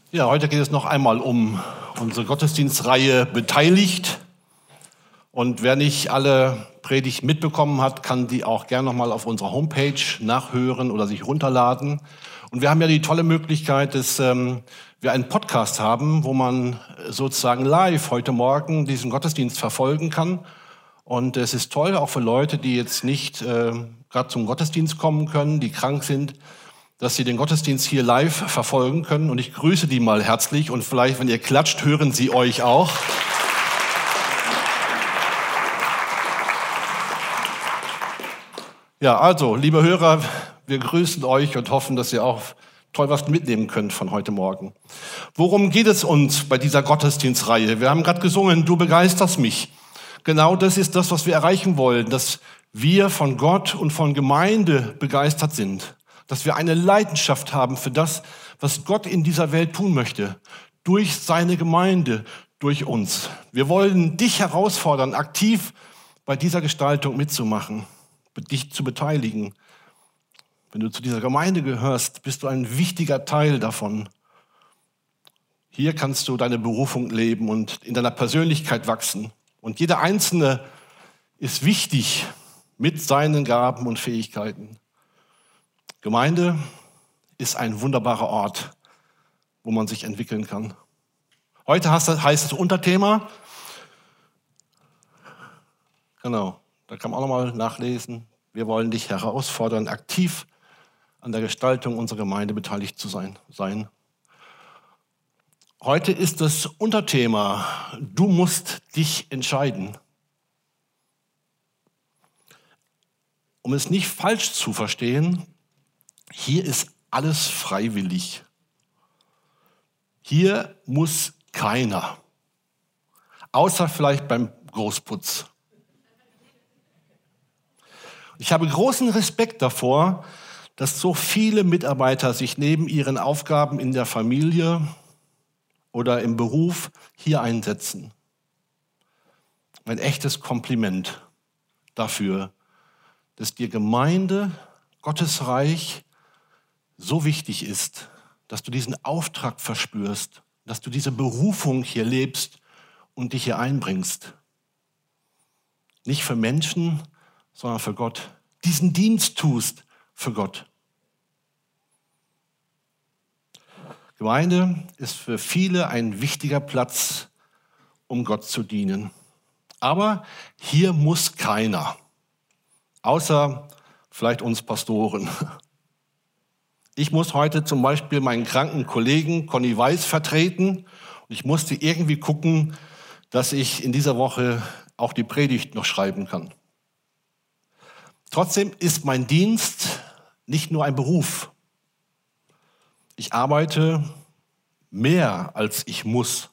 Ja, heute geht es noch einmal um unsere Gottesdienstreihe Beteiligt. Und wer nicht alle Predigten mitbekommen hat, kann die auch gerne noch mal auf unserer Homepage nachhören oder sich runterladen. Und wir haben ja die tolle Möglichkeit, dass wir einen Podcast haben, wo man sozusagen live heute Morgen diesen Gottesdienst verfolgen kann. Und es ist toll, auch für Leute, die jetzt nicht gerade zum Gottesdienst kommen können, die krank sind, dass sie den Gottesdienst hier live verfolgen können. Und ich grüße die mal herzlich. Und vielleicht, wenn ihr klatscht, hören sie euch auch. Ja, also, liebe Hörer, wir grüßen euch und hoffen, dass ihr auch toll was mitnehmen könnt von heute Morgen. Worum geht es uns bei dieser Gottesdienstreihe? Wir haben gerade gesungen, du begeisterst mich. Genau das ist das, was wir erreichen wollen, dass wir von Gott und von Gemeinde begeistert sind. Dass wir eine Leidenschaft haben für das, was Gott in dieser Welt tun möchte. Durch seine Gemeinde, durch uns. Wir wollen dich herausfordern, aktiv bei dieser Gestaltung mitzumachen, dich zu beteiligen. Wenn du zu dieser Gemeinde gehörst, bist du ein wichtiger Teil davon. Hier kannst du deine Berufung leben und in deiner Persönlichkeit wachsen. Und jeder Einzelne ist wichtig mit seinen Gaben und Fähigkeiten. Gemeinde ist ein wunderbarer Ort, wo man sich entwickeln kann. Heute heißt das Unterthema, genau, da kann man auch nochmal nachlesen, wir wollen dich herausfordern, aktiv an der Gestaltung unserer Gemeinde beteiligt zu sein. Heute ist das Unterthema, du musst dich entscheiden. Um es nicht falsch zu verstehen, hier ist alles freiwillig. Hier muss keiner, außer vielleicht beim Großputz. Ich habe großen Respekt davor, dass so viele Mitarbeiter sich neben ihren Aufgaben in der Familie oder im Beruf hier einsetzen. Ein echtes Kompliment dafür, dass dir Gemeinde, Gottes Reich so wichtig ist, dass du diesen Auftrag verspürst, dass du diese Berufung hier lebst und dich hier einbringst. Nicht für Menschen, sondern für Gott. Diesen Dienst tust für Gott. Gemeinde ist für viele ein wichtiger Platz, um Gott zu dienen. Aber hier muss keiner, außer vielleicht uns Pastoren. Ich muss heute zum Beispiel meinen kranken Kollegen Conny Weiß vertreten und ich musste irgendwie gucken, dass ich in dieser Woche auch die Predigt noch schreiben kann. Trotzdem ist mein Dienst nicht nur ein Beruf. Ich arbeite mehr, als ich muss.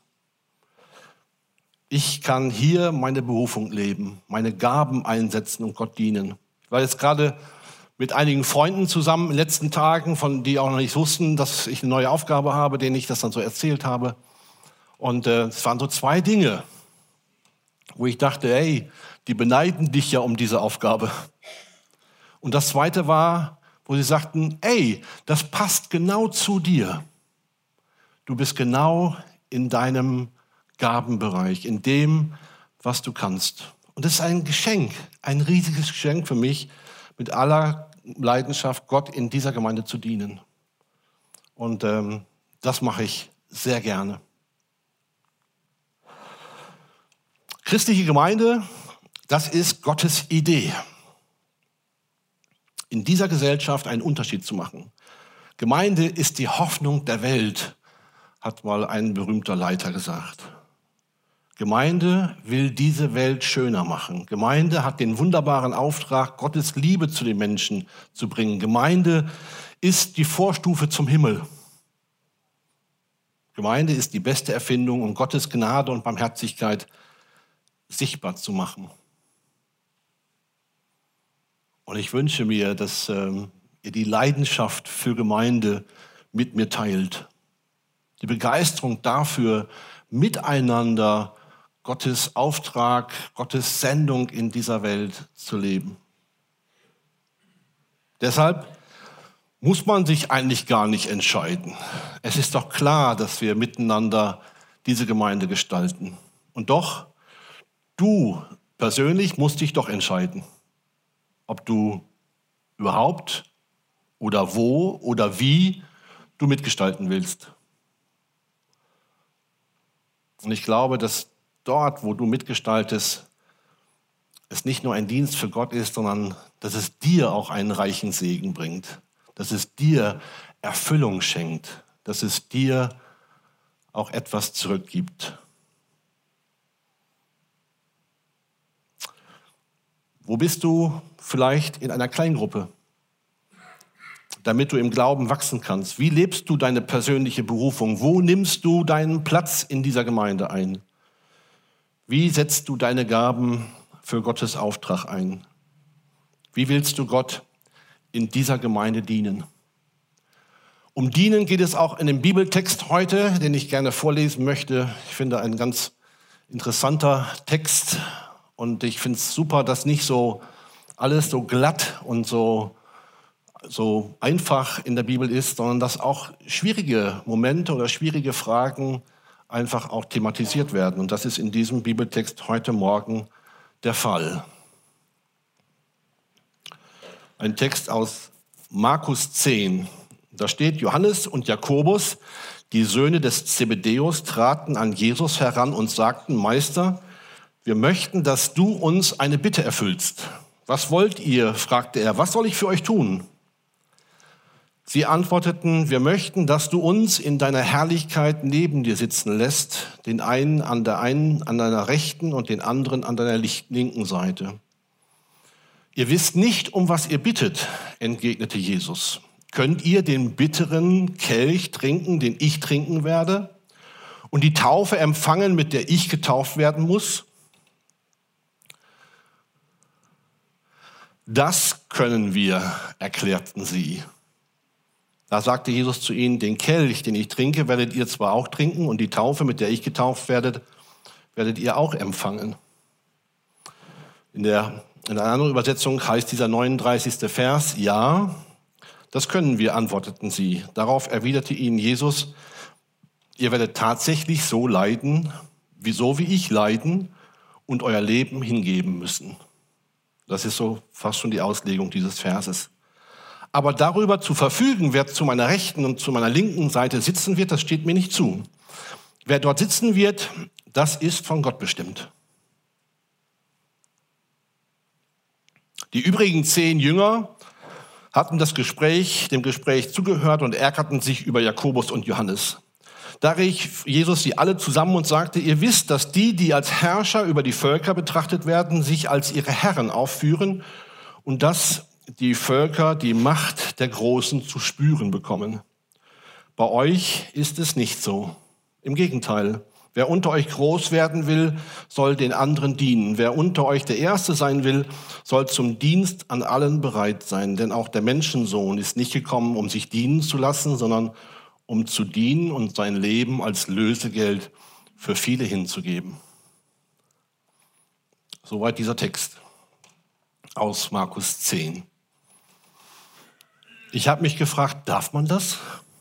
Ich kann hier meine Berufung leben, meine Gaben einsetzen und Gott dienen. Ich war jetzt gerade mit einigen Freunden zusammen in den letzten Tagen, von die auch noch nicht wussten, dass ich eine neue Aufgabe habe, denen ich das dann so erzählt habe. Und es waren so zwei Dinge, wo ich dachte, hey, die beneiden dich ja um diese Aufgabe. Und das zweite war, wo sie sagten, ey, das passt genau zu dir. Du bist genau in deinem Gabenbereich, in dem, was du kannst. Und das ist ein Geschenk, ein riesiges Geschenk für mich, mit aller Leidenschaft Gott in dieser Gemeinde zu dienen. Und das mache ich sehr gerne. Christliche Gemeinde, das ist Gottes Idee. In dieser Gesellschaft einen Unterschied zu machen. Gemeinde ist die Hoffnung der Welt, hat mal ein berühmter Leiter gesagt. Gemeinde will diese Welt schöner machen. Gemeinde hat den wunderbaren Auftrag, Gottes Liebe zu den Menschen zu bringen. Gemeinde ist die Vorstufe zum Himmel. Gemeinde ist die beste Erfindung, um Gottes Gnade und Barmherzigkeit sichtbar zu machen. Und ich wünsche mir, dass ihr die Leidenschaft für Gemeinde mit mir teilt. Die Begeisterung dafür, miteinander Gottes Auftrag, Gottes Sendung in dieser Welt zu leben. Deshalb muss man sich eigentlich gar nicht entscheiden. Es ist doch klar, dass wir miteinander diese Gemeinde gestalten. Und doch, du persönlich musst dich doch entscheiden, ob du überhaupt oder wo oder wie du mitgestalten willst. Und ich glaube, dass dort, wo du mitgestaltest, es nicht nur ein Dienst für Gott ist, sondern dass es dir auch einen reichen Segen bringt, dass es dir Erfüllung schenkt, dass es dir auch etwas zurückgibt. Wo bist du vielleicht in einer Kleingruppe, damit du im Glauben wachsen kannst? Wie lebst du deine persönliche Berufung? Wo nimmst du deinen Platz in dieser Gemeinde ein? Wie setzt du deine Gaben für Gottes Auftrag ein? Wie willst du Gott in dieser Gemeinde dienen? Um Dienen geht es auch in dem Bibeltext heute, den ich gerne vorlesen möchte. Ich finde ein ganz interessanter Text und ich finde es super, dass nicht so alles so glatt und so einfach in der Bibel ist, sondern dass auch schwierige Momente oder schwierige Fragen einfach auch thematisiert werden. Und das ist in diesem Bibeltext heute Morgen der Fall. Ein Text aus Markus 10. Da steht: Johannes und Jakobus, die Söhne des Zebedäus, traten an Jesus heran und sagten: Meister, wir möchten, dass du uns eine Bitte erfüllst. Was wollt ihr? Fragte er. Was soll ich für euch tun? Sie antworteten: Wir möchten, dass du uns in deiner Herrlichkeit neben dir sitzen lässt, den einen an deiner rechten und den anderen an deiner linken Seite. Ihr wisst nicht, um was ihr bittet, entgegnete Jesus. Könnt ihr den bitteren Kelch trinken, den ich trinken werde, und die Taufe empfangen, mit der ich getauft werden muss? Das können wir, erklärten sie. Da sagte Jesus zu ihnen: Den Kelch, den ich trinke, werdet ihr zwar auch trinken, und die Taufe, mit der ich getauft werde, werdet ihr auch empfangen. In einer anderen Übersetzung heißt dieser 39. Vers: Ja, das können wir, antworteten sie. Darauf erwiderte ihnen Jesus: Ihr werdet tatsächlich so leiden, so wie ich leiden, und euer Leben hingeben müssen. Das ist so fast schon die Auslegung dieses Verses. Aber darüber zu verfügen, wer zu meiner rechten und zu meiner linken Seite sitzen wird, das steht mir nicht zu. Wer dort sitzen wird, das ist von Gott bestimmt. Die übrigen 10 Jünger hatten dem Gespräch zugehört und ärgerten sich über Jakobus und Johannes. Da rief Jesus sie alle zusammen und sagte: Ihr wisst, dass die als Herrscher über die Völker betrachtet werden, sich als ihre Herren aufführen und dass die Völker die Macht der Großen zu spüren bekommen. Bei euch ist es nicht so. Im Gegenteil, wer unter euch groß werden will, soll den anderen dienen. Wer unter euch der Erste sein will, soll zum Dienst an allen bereit sein. Denn auch der Menschensohn ist nicht gekommen, um sich dienen zu lassen, sondern um zu dienen und sein Leben als Lösegeld für viele hinzugeben. Soweit dieser Text aus Markus 10. Ich habe mich gefragt, darf man das?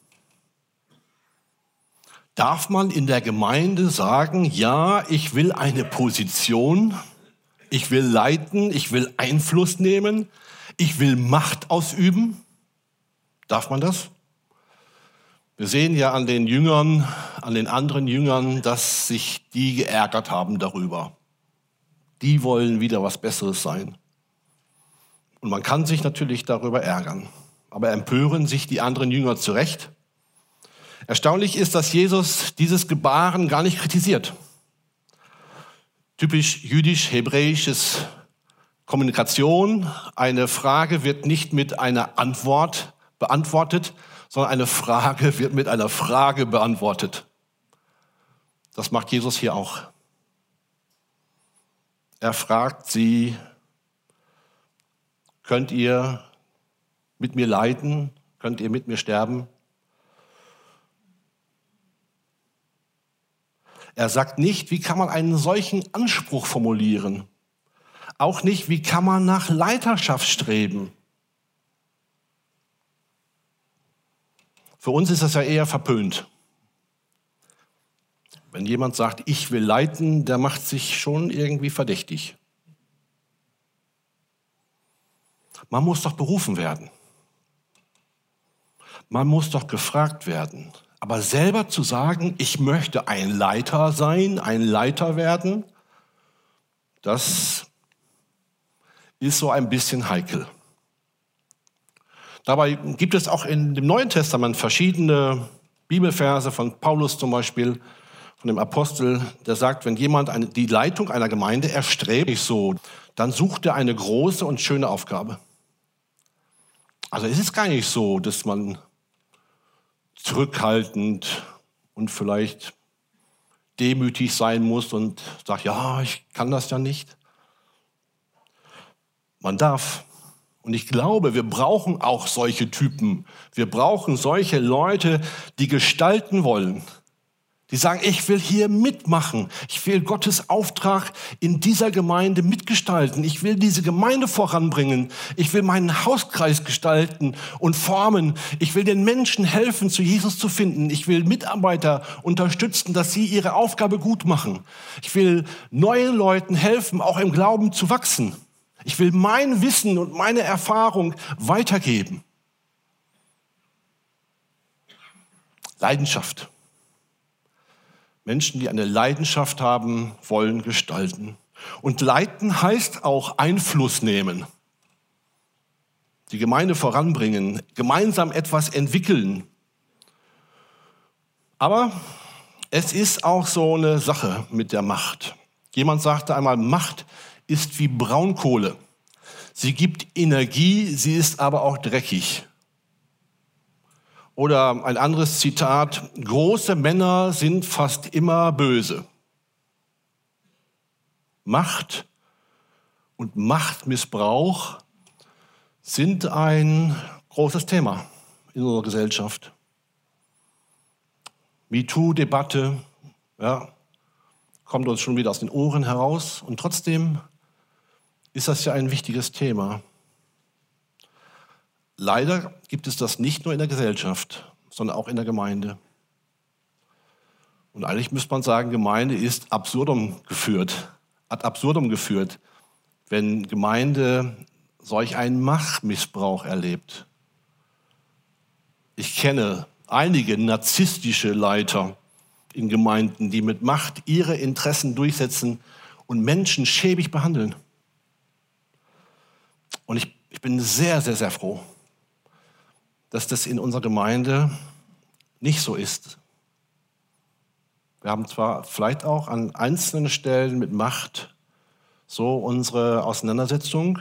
Darf man in der Gemeinde sagen: Ja, ich will eine Position, ich will leiten, ich will Einfluss nehmen, ich will Macht ausüben? Darf man das? Wir sehen ja an den Jüngern, an den anderen Jüngern, dass sich die geärgert haben darüber. Die wollen wieder was Besseres sein. Und man kann sich natürlich darüber ärgern. Aber empören sich die anderen Jünger zu Recht? Erstaunlich ist, dass Jesus dieses Gebaren gar nicht kritisiert. Typisch jüdisch-hebräisches Kommunikation. Eine Frage wird nicht mit einer Antwort beantwortet, sondern eine Frage wird mit einer Frage beantwortet. Das macht Jesus hier auch. Er fragt sie: Könnt ihr mit mir leiden? Könnt ihr mit mir sterben? Er sagt nicht, wie kann man einen solchen Anspruch formulieren? Auch nicht, wie kann man nach Leiterschaft streben? Für uns ist das ja eher verpönt. Wenn jemand sagt, ich will leiten, der macht sich schon irgendwie verdächtig. Man muss doch berufen werden. Man muss doch gefragt werden. Aber selber zu sagen, ich möchte ein Leiter sein, ein Leiter werden, das ist so ein bisschen heikel. Dabei gibt es auch in dem Neuen Testament verschiedene Bibelverse von Paulus zum Beispiel, von dem Apostel, der sagt, wenn jemand die Leitung einer Gemeinde erstrebt, dann sucht er eine große und schöne Aufgabe. Also es ist gar nicht so, dass man zurückhaltend und vielleicht demütig sein muss und sagt, ja, ich kann das ja nicht. Man darf. Und ich glaube, wir brauchen auch solche Typen. Wir brauchen solche Leute, die gestalten wollen. Die sagen, ich will hier mitmachen. Ich will Gottes Auftrag in dieser Gemeinde mitgestalten. Ich will diese Gemeinde voranbringen. Ich will meinen Hauskreis gestalten und formen. Ich will den Menschen helfen, zu Jesus zu finden. Ich will Mitarbeiter unterstützen, dass sie ihre Aufgabe gut machen. Ich will neuen Leuten helfen, auch im Glauben zu wachsen. Ich will mein Wissen und meine Erfahrung weitergeben. Leidenschaft. Menschen, die eine Leidenschaft haben, wollen gestalten. Und leiten heißt auch Einfluss nehmen. Die Gemeinde voranbringen, gemeinsam etwas entwickeln. Aber es ist auch so eine Sache mit der Macht. Jemand sagte einmal, Macht ist wie Braunkohle. Sie gibt Energie, sie ist aber auch dreckig. Oder ein anderes Zitat, große Männer sind fast immer böse. Macht und Machtmissbrauch sind ein großes Thema in unserer Gesellschaft. MeToo-Debatte, ja, kommt uns schon wieder aus den Ohren heraus. Und trotzdem ist das ja ein wichtiges Thema. Leider gibt es das nicht nur in der Gesellschaft, sondern auch in der Gemeinde. Und eigentlich müsste man sagen, Gemeinde ist ad absurdum geführt, wenn Gemeinde solch einen Machtmissbrauch erlebt. Ich kenne einige narzisstische Leiter in Gemeinden, die mit Macht ihre Interessen durchsetzen und Menschen schäbig behandeln. Und ich bin sehr, sehr, sehr froh, dass das in unserer Gemeinde nicht so ist. Wir haben zwar vielleicht auch an einzelnen Stellen mit Macht so unsere Auseinandersetzung,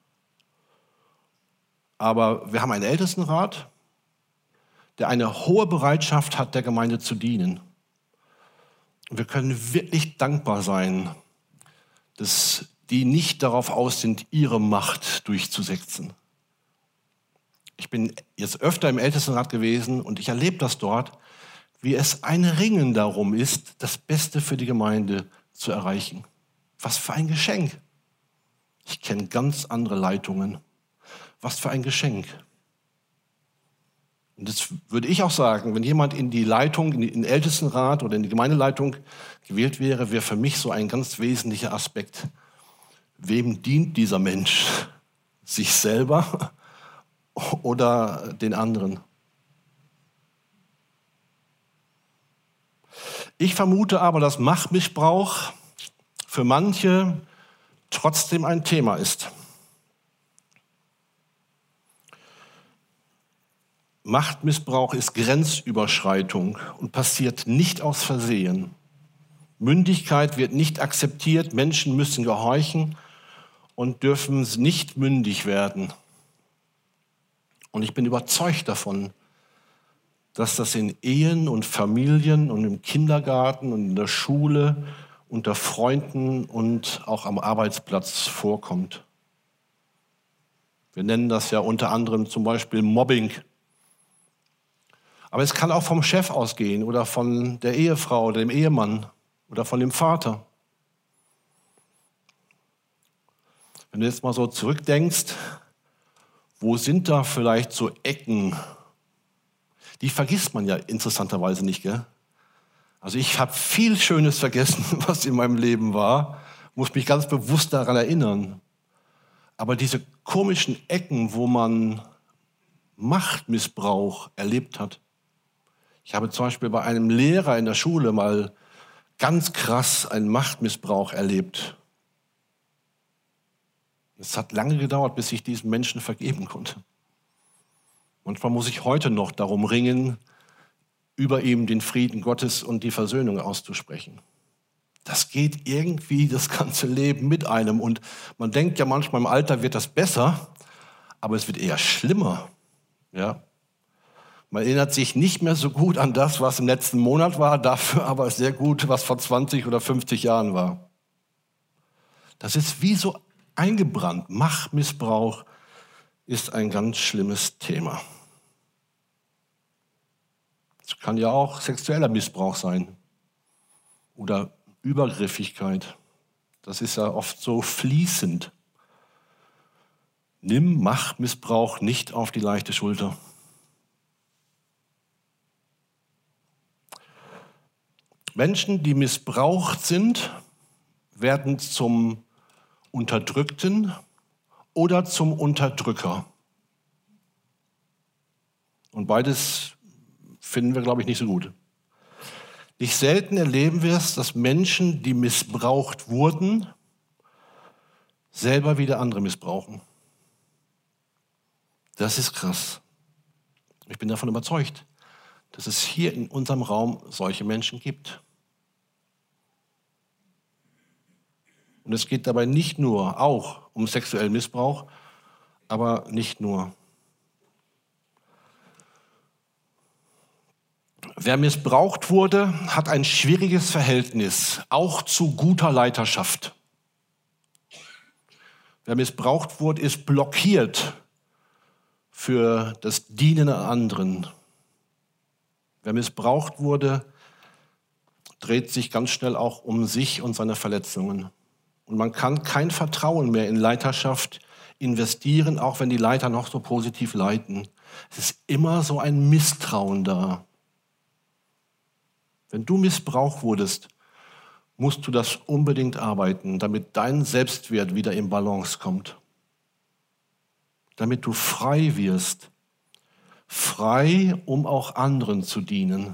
aber wir haben einen Ältestenrat, der eine hohe Bereitschaft hat, der Gemeinde zu dienen. Und wir können wirklich dankbar sein, dass die nicht darauf aus sind, ihre Macht durchzusetzen. Ich bin jetzt öfter im Ältestenrat gewesen und ich erlebe das dort, wie es ein Ringen darum ist, das Beste für die Gemeinde zu erreichen. Was für ein Geschenk. Ich kenne ganz andere Leitungen. Was für ein Geschenk. Und das würde ich auch sagen, wenn jemand in die Leitung, in den Ältestenrat oder in die Gemeindeleitung gewählt wäre, wäre für mich so ein ganz wesentlicher Aspekt. Wem dient dieser Mensch? Sich selber oder den anderen? Ich vermute aber, dass Machtmissbrauch für manche trotzdem ein Thema ist. Machtmissbrauch ist Grenzüberschreitung und passiert nicht aus Versehen. Mündigkeit wird nicht akzeptiert, Menschen müssen gehorchen und dürfen nicht mündig werden. Und ich bin überzeugt davon, dass das in Ehen und Familien und im Kindergarten und in der Schule, unter Freunden und auch am Arbeitsplatz vorkommt. Wir nennen das ja unter anderem zum Beispiel Mobbing. Aber es kann auch vom Chef ausgehen oder von der Ehefrau oder dem Ehemann oder von dem Vater. Wenn du jetzt mal so zurückdenkst, wo sind da vielleicht so Ecken, Die vergisst man ja interessanterweise nicht, gell? Also ich habe viel Schönes vergessen, was in meinem Leben war, muss mich ganz bewusst daran erinnern. Aber diese komischen Ecken, wo man Machtmissbrauch erlebt hat. Ich habe zum Beispiel bei einem Lehrer in der Schule mal ganz krass einen Machtmissbrauch erlebt. Es hat lange gedauert, bis ich diesen Menschen vergeben konnte. Manchmal muss ich heute noch darum ringen, über ihm den Frieden Gottes und die Versöhnung auszusprechen. Das geht irgendwie das ganze Leben mit einem. Und man denkt ja manchmal, im Alter wird das besser, aber es wird eher schlimmer. Ja? Man erinnert sich nicht mehr so gut an das, was im letzten Monat war, dafür aber sehr gut, was vor 20 oder 50 Jahren war. Das ist wie so eingebrannt. Machtmissbrauch ist ein ganz schlimmes Thema. Es kann ja auch sexueller Missbrauch sein oder Übergriffigkeit. Das ist ja oft so fließend. Nimm Machtmissbrauch nicht auf die leichte Schulter. Menschen, die missbraucht sind, werden zum Unterdrückten oder zum Unterdrücker. Und beides finden wir, glaube ich, nicht so gut. Nicht selten erleben wir es, dass Menschen, die missbraucht wurden, selber wieder andere missbrauchen. Das ist krass. Ich bin davon überzeugt, dass es hier in unserem Raum solche Menschen gibt. Und es geht dabei nicht nur auch um sexuellen Missbrauch, aber nicht nur. Wer missbraucht wurde, hat ein schwieriges Verhältnis, auch zu guter Leiterschaft. Wer missbraucht wurde, ist blockiert für das Dienen an anderen. Wer missbraucht wurde, dreht sich ganz schnell auch um sich und seine Verletzungen. Und man kann kein Vertrauen mehr in Leiterschaft investieren, auch wenn die Leiter noch so positiv leiten. Es ist immer so ein Misstrauen da. Wenn du missbraucht wurdest, musst du das unbedingt arbeiten, damit dein Selbstwert wieder in Balance kommt. Damit du frei wirst. Frei, um auch anderen zu dienen.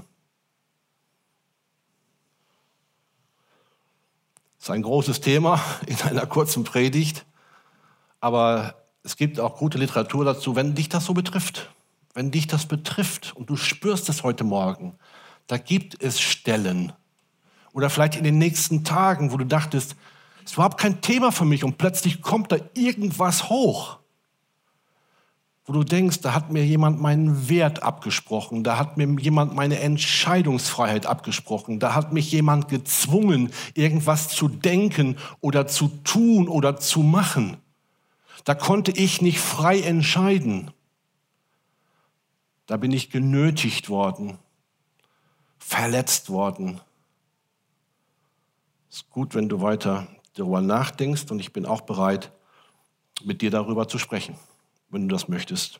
Das ist ein großes Thema in einer kurzen Predigt, aber es gibt auch gute Literatur dazu, wenn dich das so betrifft. Wenn dich das betrifft und du spürst es heute Morgen, da gibt es Stellen oder vielleicht in den nächsten Tagen, wo du dachtest, das ist überhaupt kein Thema für mich und plötzlich kommt da irgendwas hoch, wo du denkst, da hat mir jemand meinen Wert abgesprochen, da hat mir jemand meine Entscheidungsfreiheit abgesprochen, da hat mich jemand gezwungen, irgendwas zu denken oder zu tun oder zu machen. Da konnte ich nicht frei entscheiden. Da bin ich genötigt worden, verletzt worden. Es ist gut, wenn du weiter darüber nachdenkst und ich bin auch bereit, mit dir darüber zu sprechen, wenn du das möchtest.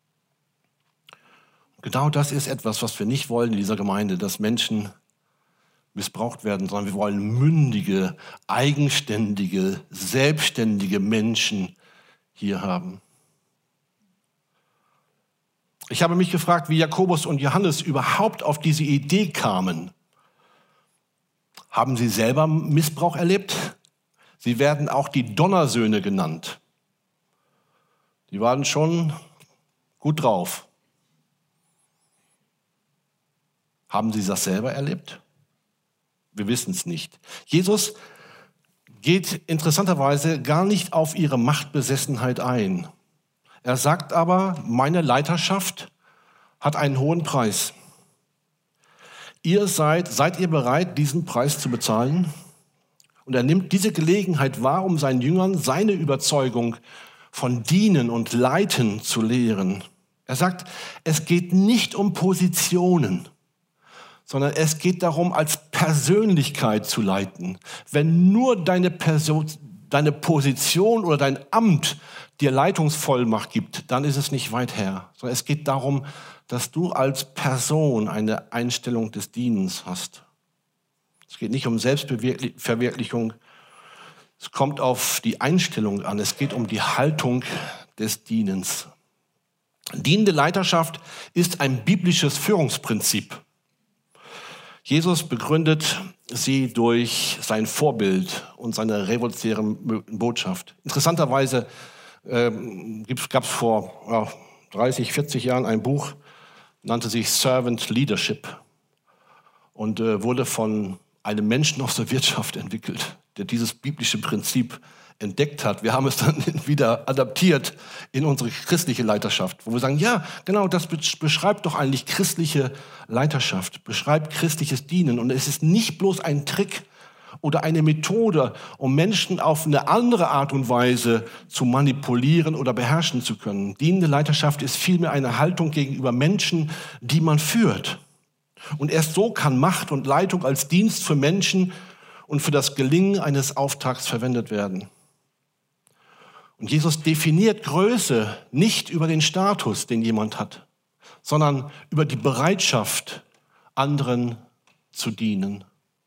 Genau das ist etwas, was wir nicht wollen in dieser Gemeinde, dass Menschen missbraucht werden, sondern wir wollen mündige, eigenständige, selbstständige Menschen hier haben. Ich habe mich gefragt, wie Jakobus und Johannes überhaupt auf diese Idee kamen. Haben sie selber Missbrauch erlebt? Sie werden auch die Donnersöhne genannt. Die waren schon gut drauf. Haben sie das selber erlebt? Wir wissen es nicht. Jesus geht interessanterweise gar nicht auf ihre Machtbesessenheit ein. Er sagt aber, meine Leiterschaft hat einen hohen Preis. Seid ihr bereit, diesen Preis zu bezahlen? Und er nimmt diese Gelegenheit wahr, um seinen Jüngern seine Überzeugung von Dienen und Leiten zu lehren. Er sagt, es geht nicht um Positionen, sondern es geht darum, als Persönlichkeit zu leiten. Wenn nur deine Person deine Position oder dein Amt dir Leitungsvollmacht gibt, dann ist es nicht weit her. Sondern es geht darum, dass du als Person eine Einstellung des Dienens hast. Es geht nicht um Selbstverwirklichung. Es kommt auf die Einstellung an. Es geht um die Haltung des Dienens. Dienende Leiterschaft ist ein biblisches Führungsprinzip. Jesus begründet sie durch sein Vorbild und seine revolutionäre Botschaft. Interessanterweise gab es vor 30, 40 Jahren ein Buch, nannte sich Servant Leadership und wurde von einem Menschen aus der Wirtschaft entwickelt, der dieses biblische Prinzip entdeckt hat. Wir haben es dann wieder adaptiert in unsere christliche Leiterschaft, wo wir sagen, ja, genau, das beschreibt doch eigentlich christliche Leiterschaft, beschreibt christliches Dienen. Und es ist nicht bloß ein Trick oder eine Methode, um Menschen auf eine andere Art und Weise zu manipulieren oder beherrschen zu können. Dienende Leiterschaft ist vielmehr eine Haltung gegenüber Menschen, die man führt. Und erst so kann Macht und Leitung als Dienst für Menschen und für das Gelingen eines Auftrags verwendet werden. Und Jesus definiert Größe nicht über den Status, den jemand hat, sondern über die Bereitschaft, anderen zu dienen.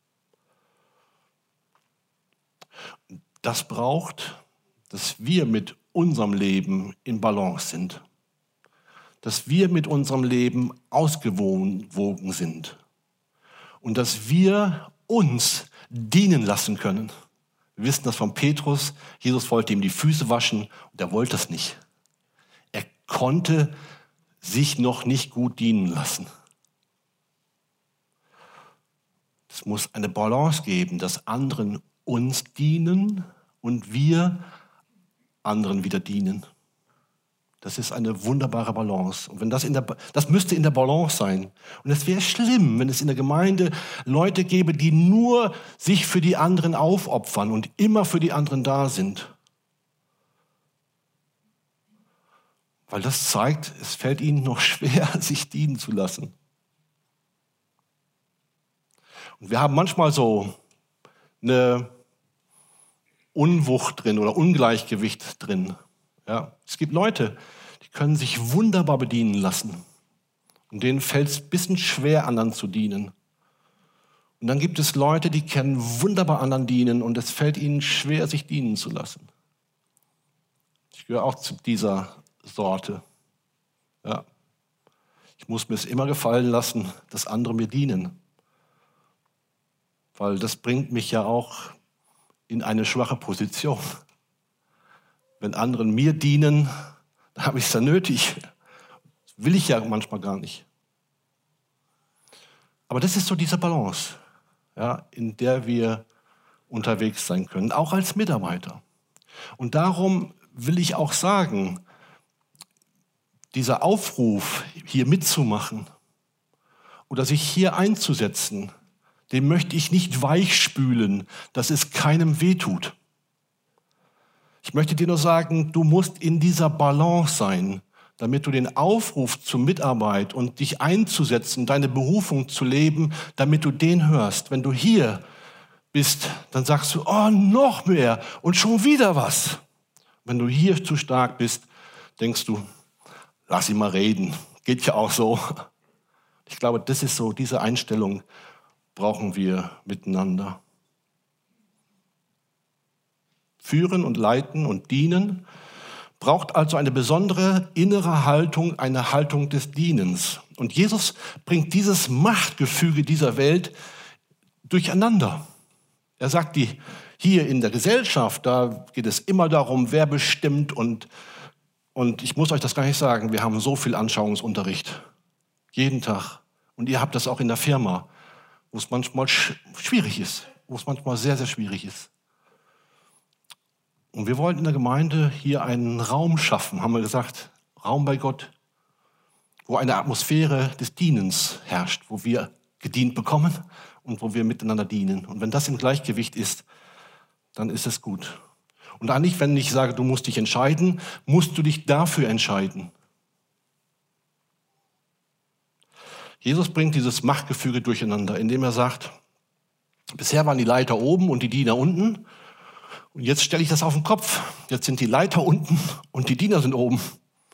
Das braucht, dass wir mit unserem Leben in Balance sind, dass wir mit unserem Leben ausgewogen sind und dass wir uns dienen lassen können. Wir wissen das von Petrus. Jesus wollte ihm die Füße waschen und er wollte es nicht. Er konnte sich noch nicht gut dienen lassen. Es muss eine Balance geben, dass anderen uns dienen und wir anderen wieder dienen. Das ist eine wunderbare Balance. Und wenn das müsste in der Balance sein. Und es wäre schlimm, wenn es in der Gemeinde Leute gäbe, die nur sich für die anderen aufopfern und immer für die anderen da sind. Weil das zeigt, es fällt ihnen noch schwer, sich dienen zu lassen. Und wir haben manchmal so eine Unwucht drin oder Ungleichgewicht drin. Ja, es gibt Leute, die können sich wunderbar bedienen lassen. Und denen fällt es ein bisschen schwer, anderen zu dienen. Und dann gibt es Leute, die können wunderbar anderen dienen und es fällt ihnen schwer, sich dienen zu lassen. Ich gehöre auch zu dieser Sorte. Ja. Ich muss mir es immer gefallen lassen, dass andere mir dienen. Weil das bringt mich ja auch in eine schwache Position. Wenn anderen mir dienen, dann habe ich es ja nötig. Das will ich ja manchmal gar nicht. Aber das ist so diese Balance, ja, in der wir unterwegs sein können, auch als Mitarbeiter. Und darum will ich auch sagen, dieser Aufruf, hier mitzumachen oder sich hier einzusetzen, den möchte ich nicht weichspülen, dass es keinem wehtut. Ich möchte dir nur sagen, du musst in dieser Balance sein, damit du den Aufruf zur Mitarbeit und dich einzusetzen, deine Berufung zu leben, damit du den hörst. Wenn du hier bist, dann sagst du, oh, noch mehr und schon wieder was. Wenn du hier zu stark bist, denkst du, lass ihn mal reden. Geht ja auch so. Ich glaube, das ist so, diese Einstellung brauchen wir miteinander. Führen und leiten und dienen braucht also eine besondere innere Haltung, eine Haltung des Dienens. Und Jesus bringt dieses Machtgefüge dieser Welt durcheinander. Er sagt, hier in der Gesellschaft, da geht es immer darum, wer bestimmt und ich muss euch das gar nicht sagen, wir haben so viel Anschauungsunterricht, jeden Tag. Und ihr habt das auch in der Firma, wo es manchmal schwierig ist, wo es manchmal sehr, sehr schwierig ist. Und wir wollten in der Gemeinde hier einen Raum schaffen, haben wir gesagt, Raum bei Gott, wo eine Atmosphäre des Dienens herrscht, wo wir gedient bekommen und wo wir miteinander dienen. Und wenn das im Gleichgewicht ist, dann ist es gut. Und eigentlich, wenn ich sage, du musst dich entscheiden, musst du dich dafür entscheiden. Jesus bringt dieses Machtgefüge durcheinander, indem er sagt, bisher waren die Leiter oben und die Diener unten. Und jetzt stelle ich das auf den Kopf. Jetzt sind die Leiter unten und die Diener sind oben.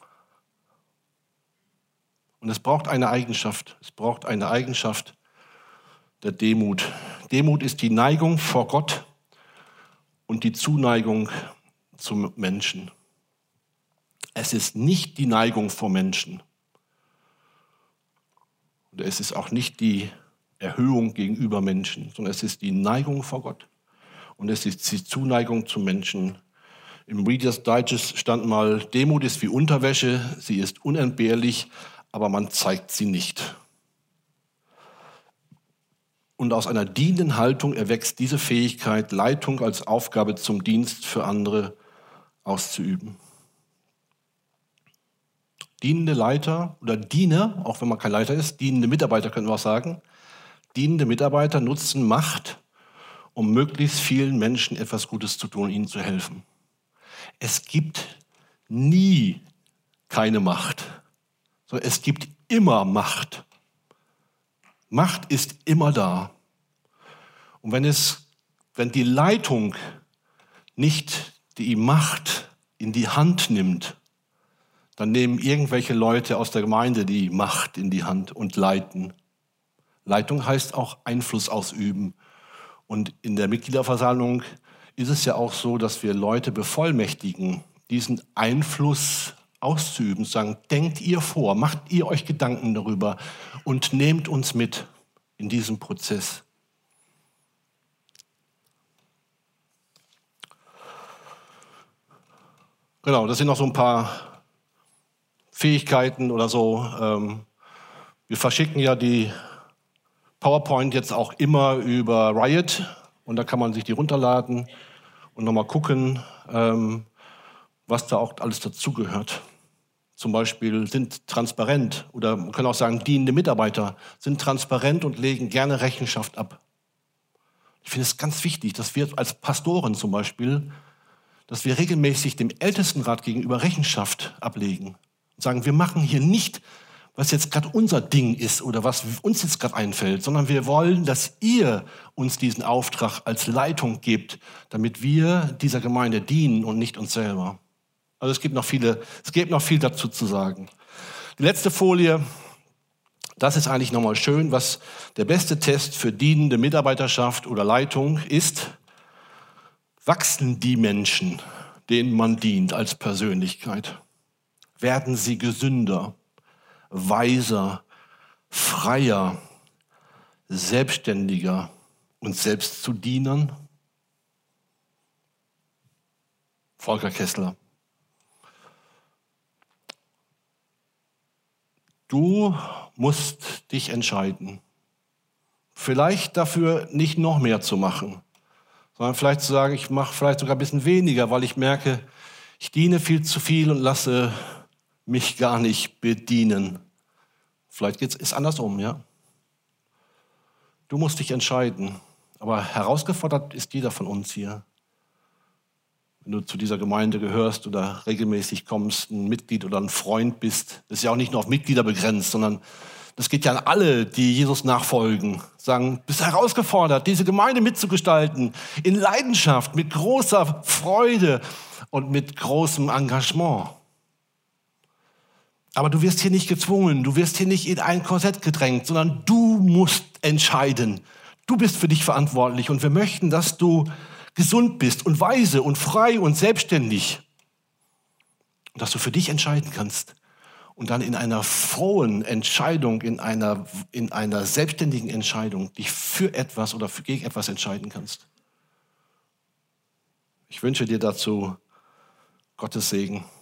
Und es braucht eine Eigenschaft. Es braucht eine Eigenschaft der Demut. Demut ist die Neigung vor Gott und die Zuneigung zum Menschen. Es ist nicht die Neigung vor Menschen. Und es ist auch nicht die Erhöhung gegenüber Menschen, sondern es ist die Neigung vor Gott. Und es ist die Zuneigung zum Menschen. Im Reader's Digest stand mal, Demut ist wie Unterwäsche, sie ist unentbehrlich, aber man zeigt sie nicht. Und aus einer dienenden Haltung erwächst diese Fähigkeit, Leitung als Aufgabe zum Dienst für andere auszuüben. Dienende Leiter oder Diener, auch wenn man kein Leiter ist, dienende Mitarbeiter können wir auch sagen, dienende Mitarbeiter nutzen Macht, um möglichst vielen Menschen etwas Gutes zu tun, ihnen zu helfen. Es gibt nie keine Macht, sondern es gibt immer Macht. Macht ist immer da. Und wenn die Leitung nicht die Macht in die Hand nimmt, dann nehmen irgendwelche Leute aus der Gemeinde die Macht in die Hand und leiten. Leitung heißt auch Einfluss ausüben. Und in der Mitgliederversammlung ist es ja auch so, dass wir Leute bevollmächtigen, diesen Einfluss auszuüben, sagen, denkt ihr vor, macht ihr euch Gedanken darüber und nehmt uns mit in diesem Prozess. Genau, das sind noch so ein paar Fähigkeiten oder so. Wir verschicken ja die PowerPoint jetzt auch immer über Riot und da kann man sich die runterladen und nochmal gucken, was da auch alles dazugehört. Zum Beispiel sind transparent oder man kann auch sagen, dienende Mitarbeiter sind transparent und legen gerne Rechenschaft ab. Ich finde es ganz wichtig, dass wir als Pastoren zum Beispiel, dass wir regelmäßig dem Ältestenrat gegenüber Rechenschaft ablegen. Und sagen, wir machen hier nicht, was jetzt gerade unser Ding ist oder was uns jetzt gerade einfällt, sondern wir wollen, dass ihr uns diesen Auftrag als Leitung gebt, damit wir dieser Gemeinde dienen und nicht uns selber. Also es gibt noch viel dazu zu sagen. Die letzte Folie, das ist eigentlich nochmal schön, was der beste Test für dienende Mitarbeiterschaft oder Leitung ist. Wachsen die Menschen, denen man dient als Persönlichkeit? Werden sie gesünder, weiser, freier, selbstständiger und selbst zu Dienern? Volker Kessler. Du musst dich entscheiden, vielleicht dafür nicht noch mehr zu machen, sondern vielleicht zu sagen, ich mache vielleicht sogar ein bisschen weniger, weil ich merke, ich diene viel zu viel und lasse mich gar nicht bedienen. Vielleicht ist es andersrum, ja. Du musst dich entscheiden, aber herausgefordert ist jeder von uns hier. Wenn du zu dieser Gemeinde gehörst oder regelmäßig kommst, ein Mitglied oder ein Freund bist, das ist ja auch nicht nur auf Mitglieder begrenzt, sondern das geht ja an alle, die Jesus nachfolgen. Sagen, bist herausgefordert, diese Gemeinde mitzugestalten, in Leidenschaft, mit großer Freude und mit großem Engagement. Aber du wirst hier nicht gezwungen, du wirst hier nicht in ein Korsett gedrängt, sondern du musst entscheiden. Du bist für dich verantwortlich und wir möchten, dass du gesund bist und weise und frei und selbstständig. Und dass du für dich entscheiden kannst und dann in einer frohen Entscheidung, in einer selbstständigen Entscheidung dich für etwas oder gegen etwas entscheiden kannst. Ich wünsche dir dazu Gottes Segen.